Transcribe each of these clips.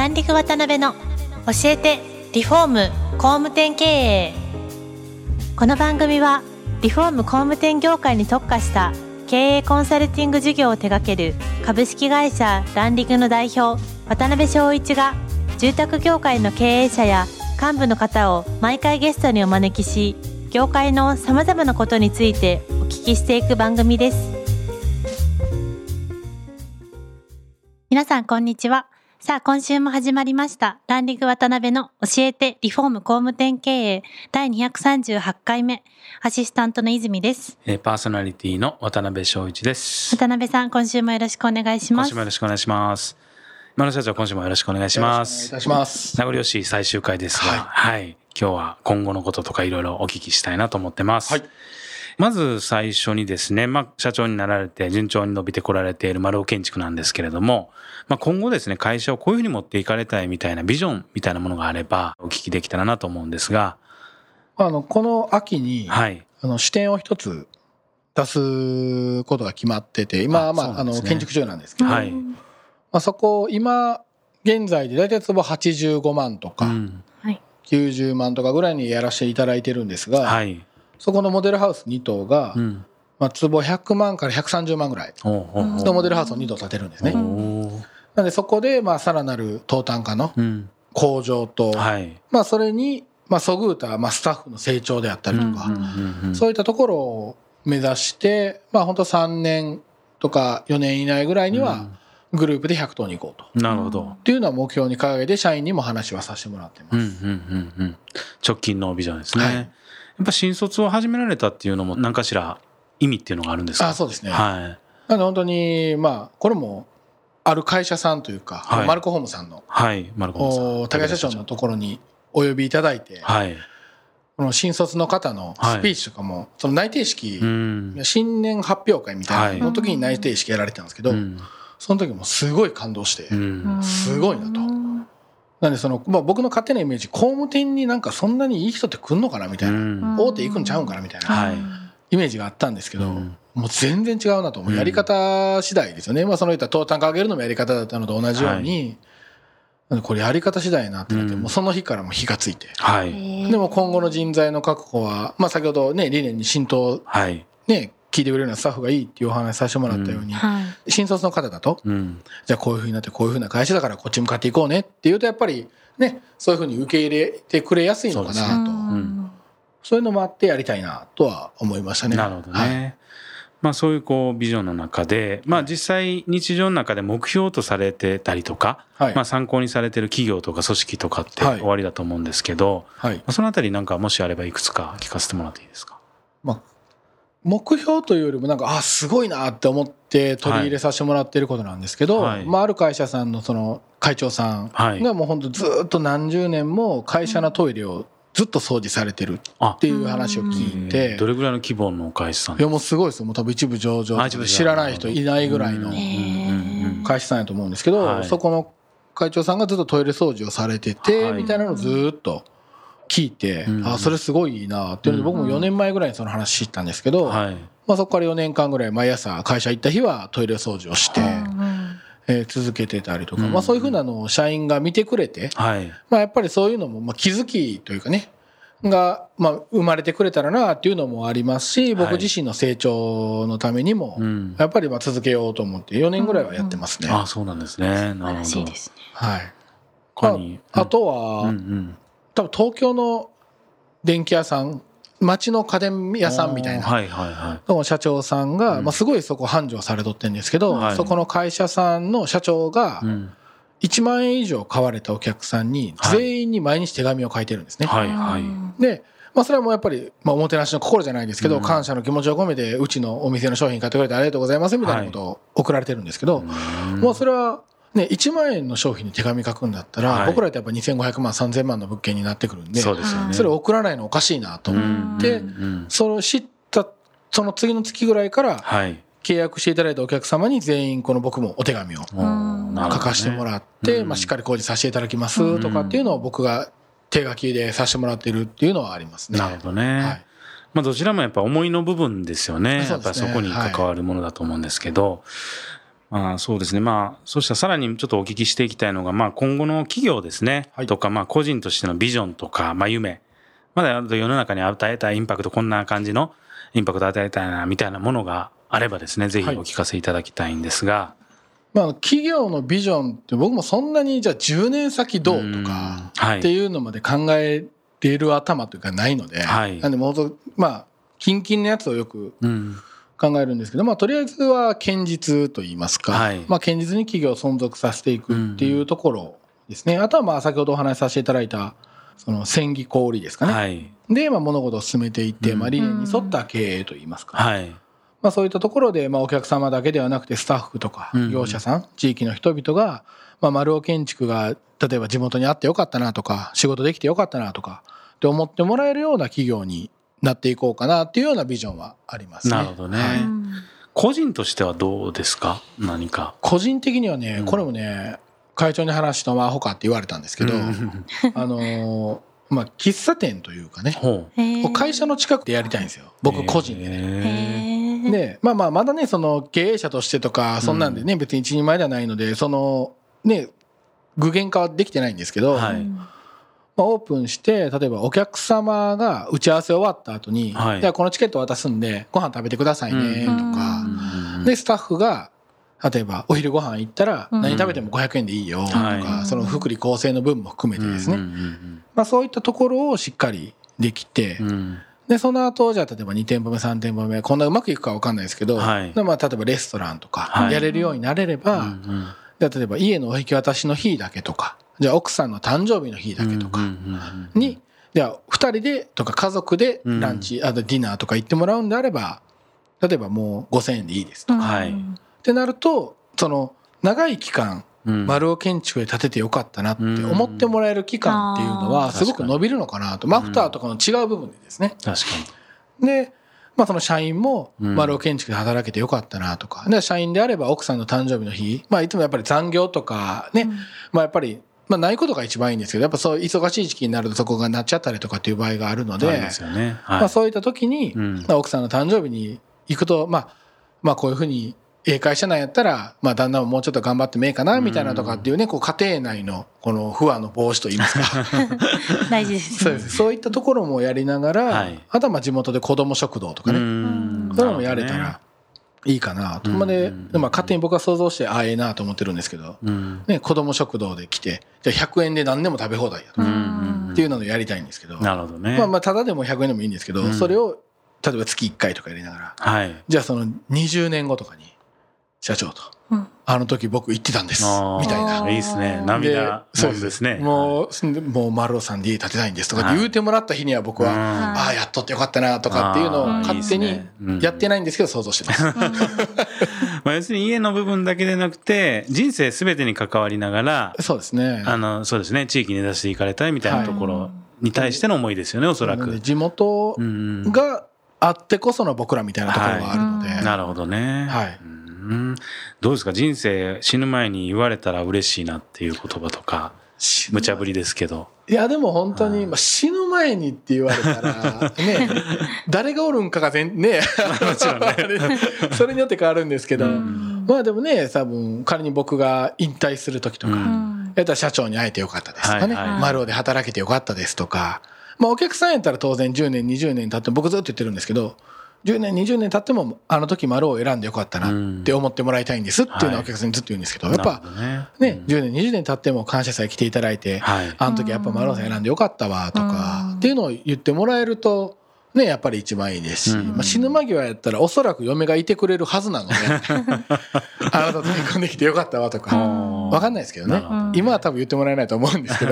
ランディング渡辺の教えてリフォーム工務店経営。この番組はリフォーム工務店業界に特化した経営コンサルティング事業を手掛ける株式会社ランディングの代表渡辺翔一が住宅業界の経営者や幹部の方を毎回ゲストにお招きし、業界のさまざまなことについてお聞きしていく番組です。皆さんこんにちは。さあ今週も始まりましたランディング渡辺の教えてリフォーム工務店経営第238回目、アシスタントの泉です。 パーソナリティの渡辺翔一です。 渡辺さん、今週もよろしくお願いします。 今週もよろしくお願いします。今野社長、今週もよろしくお願いします。 よろしくお願いいたします。 名残惜しい最終回ですが、はい、今日は今後のこととかいろいろお聞きしたいなと思ってます。はい、まず最初にですね、社長になられて順調に伸びてこられている丸尾建築なんですけれども、今後ですね、会社をこういうふうに持っていかれたいみたいなビジョンみたいなものがあればお聞きできたらなと思うんですが、 この秋に、支店を一つ出すことが決まってて、今は建築中なんですけど、そこ今現在で大体坪85万とか、90万とかぐらいにやらせていただいてるんですが、そこのモデルハウス2棟が、坪100万から130万ぐらいのモデルハウスを2棟建てるんですね。なのでそこでさらなる当単価の向上と、それにそぐうたスタッフの成長であったりとか、そういったところを目指して本当3年とか4年以内ぐらいにはグループで100棟に行こうと。 なるほど。 っていうのは目標に掲げて社員にも話はさせてもらってます。 直近のビジョンですね。やっぱ新卒を始められたっていうのも何かしら意味っていうのがあるんですか？ そうですね。なので本当にこれもある会社さんというか、マルコホームさんの高谷社長のところにお呼びいただいて、この新卒の方のスピーチとかも、その内定式、新年発表会みたいなの時に内定式やられてたんですけど、その時もすごい感動して、すごいなと。なんで僕の勝手なイメージ、工務店になんかそんなにいい人って来んのかなみたいな、大手行くんちゃうんかなみたいなイメージがあったんですけど、もう全然違うなと。やり方次第ですよね。その言った当単価上げるのもやり方だったのと同じように、これやりり方なってなって、もうその日からも火がついて、でも今後の人材の確保は、先ほどね理念に浸透聞いてくれるようなスタッフがいいっていうお話させてもらったように、新卒の方だと、じゃあこういうふうになってこういうふうな会社だからこっち向かっていこうねっていうと、やっぱりねそういうふうに受け入れてくれやすいのかなと、そういうのもあってやりたいなとは思いましたね。 なるほどね。そういうビジョンの中で、実際日常の中で目標とされてたりとか、参考にされてる企業とか組織とかって終わりだと思うんですけど、そのあたりなんかもしあればいくつか聞かせてもらっていいですか？ 目標というよりもすごいなって思って取り入れさせてもらってることなんですけど、ある会社さんのその会長さんがもう本当ずっと何十年も会社のトイレをずっと掃除されてるっていう話を聞いて、 どれぐらいの規模の会社さん？ いやもうすごいですよ。もう多分一部上場で知らない人いないぐらいの会社さんやと思うんですけど、そこの会長さんがずっとトイレ掃除をされててみたいなのをずっと聞いて、それすごいいいなっていうので、僕も4年前ぐらいにその話知ったんですけど、そこから4年間ぐらい毎朝会社行った日はトイレ掃除をして、続けてたりとか、そういうふうなのを社員が見てくれて、やっぱりそういうのも気づきというかねが生まれてくれたらなっていうのもありますし、僕自身の成長のためにもやっぱり続けようと思って4年ぐらいはやってますね。 そうなんですね。なるほど。 あとは多分東京の電気屋さん、町の家電屋さんみたいな社長さんが、すごいそこ繁盛されとってるんですけど、そこの会社さんの社長が1万円以上買われたお客さんに全員に毎日手紙を書いてるんですね。でそれはもうやっぱりおもてなしの心じゃないですけど、感謝の気持ちを込めてうちのお店の商品買ってくれてありがとうございますみたいなことを送られてるんですけど、もうそれは1万円の商品に手紙書くんだったら、僕らってやっぱ2500万3000万の物件になってくるんで、それを送らないのおかしいなと思って、それを知ったその次の月ぐらいから契約していただいたお客様に全員僕もお手紙を書かせてもらって、しっかり工事させていただきますとかっていうのを僕が手書きでさせてもらってるっていうのはありますね。 なるほどね。どちらもやっぱ思いの部分ですよね。やっぱそこに関わるものだと思うんですけど、 そうですね。そうしたらさらにちょっとお聞きしていきたいのが、今後の企業ですね、とか、個人としてのビジョンとか、夢、まだ世の中に与えたいインパクト、こんな感じのインパクト与えたいな、みたいなものがあればですね、ぜひお聞かせいただきたいんですが。 企業のビジョンって僕もそんなにじゃあ10年先どうとかっていうのまで考えている頭というかないので、なんでもう近々のやつをよく考えるんですけど、とりあえずは堅実といいますか、堅実に企業を存続させていくっていうところですね。あとは先ほどお話しさせていただいたその戦技小売ですかね、で物事を進めていって、理念に沿った経営といいますか、そういったところでお客様だけではなくてスタッフとか業者さん、地域の人々が丸尾建築が例えば地元にあってよかったなとか、仕事できてよかったなとかって思ってもらえるような企業になっていこうかなっていうようなビジョンはありますね。 なるほどね。個人としてはどうですか？何か個人的にはね、これもね会長に話したアホかって言われたんですけど喫茶店というかね、会社の近くでやりたいんですよ、僕個人でね。でまだねその経営者としてとかそんなんでね別に一人前ではないのでそのね具現化はできてないんですけど、オープンして例えばお客様が打ち合わせ終わった後に、じゃあこのチケット渡すんでご飯食べてくださいねとか、でスタッフが例えばお昼ご飯行ったら何食べても500円でいいよとか、その福利厚生の分も含めてですね、そういったところをしっかりできて、でその後じゃあ例えば2店舗目3店舗目こんなうまくいくか分かんないですけど、例えばレストランとかやれるようになれれば、例えば家のお引き渡しの日だけとか、じゃあ奥さんの誕生日の日だけとかに、じゃあ2人でとか家族でランチ、ディナーとか行ってもらうんであれば、例えばもう5000円でいいですとか、ってなるとその長い期間丸尾建築で建ててよかったなって思ってもらえる期間っていうのはすごく伸びるのかなと、マフターとかの違う部分でですね。 確かに。でその社員も丸尾建築で働けてよかったなとか、で社員であれば奥さんの誕生日の日、いつもやっぱり残業とかね、やっぱりないことが一番いいんですけど、やっぱそう忙しい時期になるとそこがなっちゃったりとかっていう場合があるので、そういった時に奥さんの誕生日に行くとこういうふうに会社なんやったら旦那ももうちょっと頑張ってもええかなみたいなとかっていうね、こう家庭内のこの不和の防止といいますか大事ですね。 そういったところもやりながら、あとは地元で子ども食堂とかね、そういうのもやれたらいいかなと。で勝手に僕は想像してええなと思ってるんですけど、子ども食堂で来てじゃあ100円で何でも食べ放題やとかっていうのをやりたいんですけど、 なるほどね。 ただでも100円でもいいんですけど、それを例えば月1回とかやりながら、じゃあその20年後とかに社長と、あの時僕言ってたんですみたいな。 いいですね。涙もんですね。 もう丸尾さんで家建てたいんですとか言うてもらった日には僕はやっとってよかったなとかっていうのを勝手にやってないんですけど想像してます。 要するに家の部分だけでなくて人生すべてに関わりながら、 そうですね。 そうですね。地域に出していかれたいみたいなところに対しての思いですよね、おそらく。 地元があってこその僕らみたいなところがあるので。 なるほどね。どうですか、人生死ぬ前に言われたら嬉しいなっていう言葉とか、無茶ぶりですけど。 いやでも本当に死ぬ前にって言われたらね誰がおるんかがねもちろんねそれによって変わるんですけど、でもね多分仮に僕が引退する時とかやったら社長に会えてよかったですとかね、丸尾で働けてよかったですとか、お客さんやったら当然10年20年経って僕ずっと言ってるんですけど、10年20年経ってもあの時丸を選んでよかったなって思ってもらいたいんですっていうのはお客さんにずっと言うんですけど、やっぱね10年20年経っても感謝祭来ていただいて、あの時やっぱ丸尾さん選んでよかったわとかっていうのを言ってもらえるとねやっぱり一番いいですし、死ぬ間際やったらおそらく嫁がいてくれるはずなのであなたと結婚できてよかったわとか分かんないですけどね、今は多分言ってもらえないと思うんですけど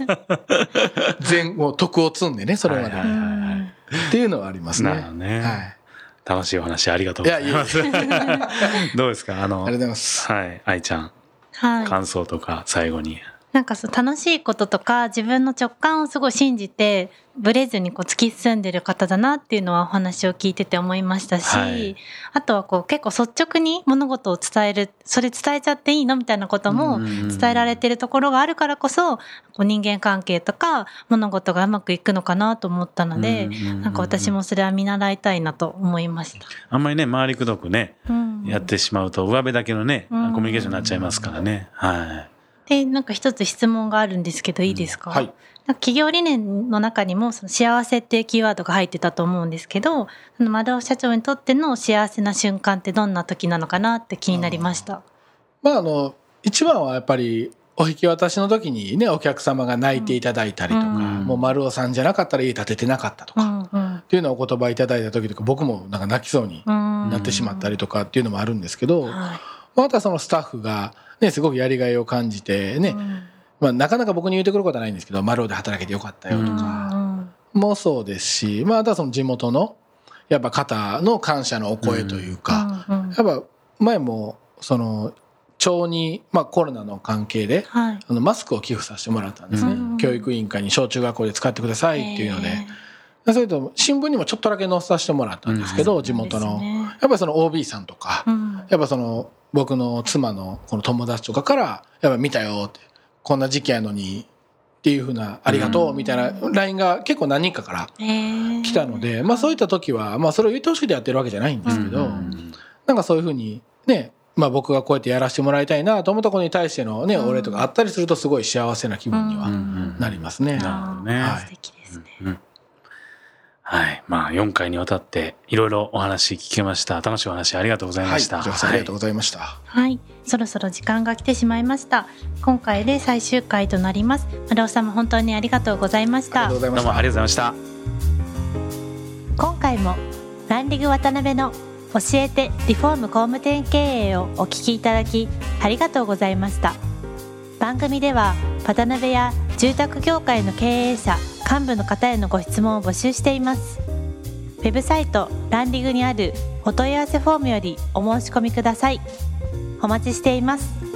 もう徳を積んでねそれまでっていうのはありますね。 楽しいお話ありがとうございます。どうですか、 ありがとうございます。 愛ちゃん、感想とか最後に。 なんかそう楽しいこととか自分の直感をすごい信じてブレずに突き進んでる方だなっていうのはお話を聞いてて思いましたし、あとは結構率直に物事を伝える、それ伝えちゃっていいのみたいなことも伝えられてるところがあるからこそ人間関係とか物事がうまくいくのかなと思ったので、なんか私もそれは見習いたいなと思いました。 あんまりね回りくどくね、やってしまうと上辺だけのね、コミュニケーションになっちゃいますからね。 でなんか一つ質問があるんですけどいいですか？なんか企業理念の中にもその幸せっていうキーワードが入ってたと思うんですけど、丸尾社長にとっての幸せな瞬間ってどんな時なのかなって気になりました。 一番はやっぱりお引き渡しの時にね、お客様が泣いていただいたりとか、もう丸尾さんじゃなかったら家建ててなかったとか、っていうのをお言葉いただいた時とか僕もなんか泣きそうになってしまったりとかっていうのもあるんですけど、またそのスタッフがね、すごくやりがいを感じてね、なかなか僕に言ってくることはないんですけど、丸尾で働けてよかったよとかもそうですし、あとはその地元のやっぱ方の感謝のお声というか、やっぱ前もその町にコロナの関係でマスクを寄付させてもらったんですね。教育委員会に小中学校で使ってくださいっていうので、それと新聞にもちょっとだけ載せさせてもらったんですけど、地元のやっぱりその OB さんとか、やっぱその僕の妻のこの友達とかからやっぱ見たよって、こんな時期やのにっていう風なありがとうみたいな LINE が結構何人かから来たので、そういった時はそれを言ってほしくてやってるわけじゃないんですけど、なんかそういう風にね、僕がこうやってやらせてもらいたいなと思ったことに対してのね、お礼とかあったりするとすごい幸せな気分にはなりますね。 素敵ですね。 4回にわたっていろいろお話聞けました。楽しいお話ありがとうございました。 ありがとうございました。 そろそろ時間が来てしまいました。今回で最終回となります。丸尾さんも本当にありがとうございました。 どうもありがとうございました。 今回もランリング渡辺の教えてリフォーム工務店経営をお聞きいただきありがとうございました。番組では渡辺や住宅業界の経営者幹部の方へのご質問を募集しています。ウェブサイトランリングにあるお問い合わせフォームよりお申し込みください。お待ちしています。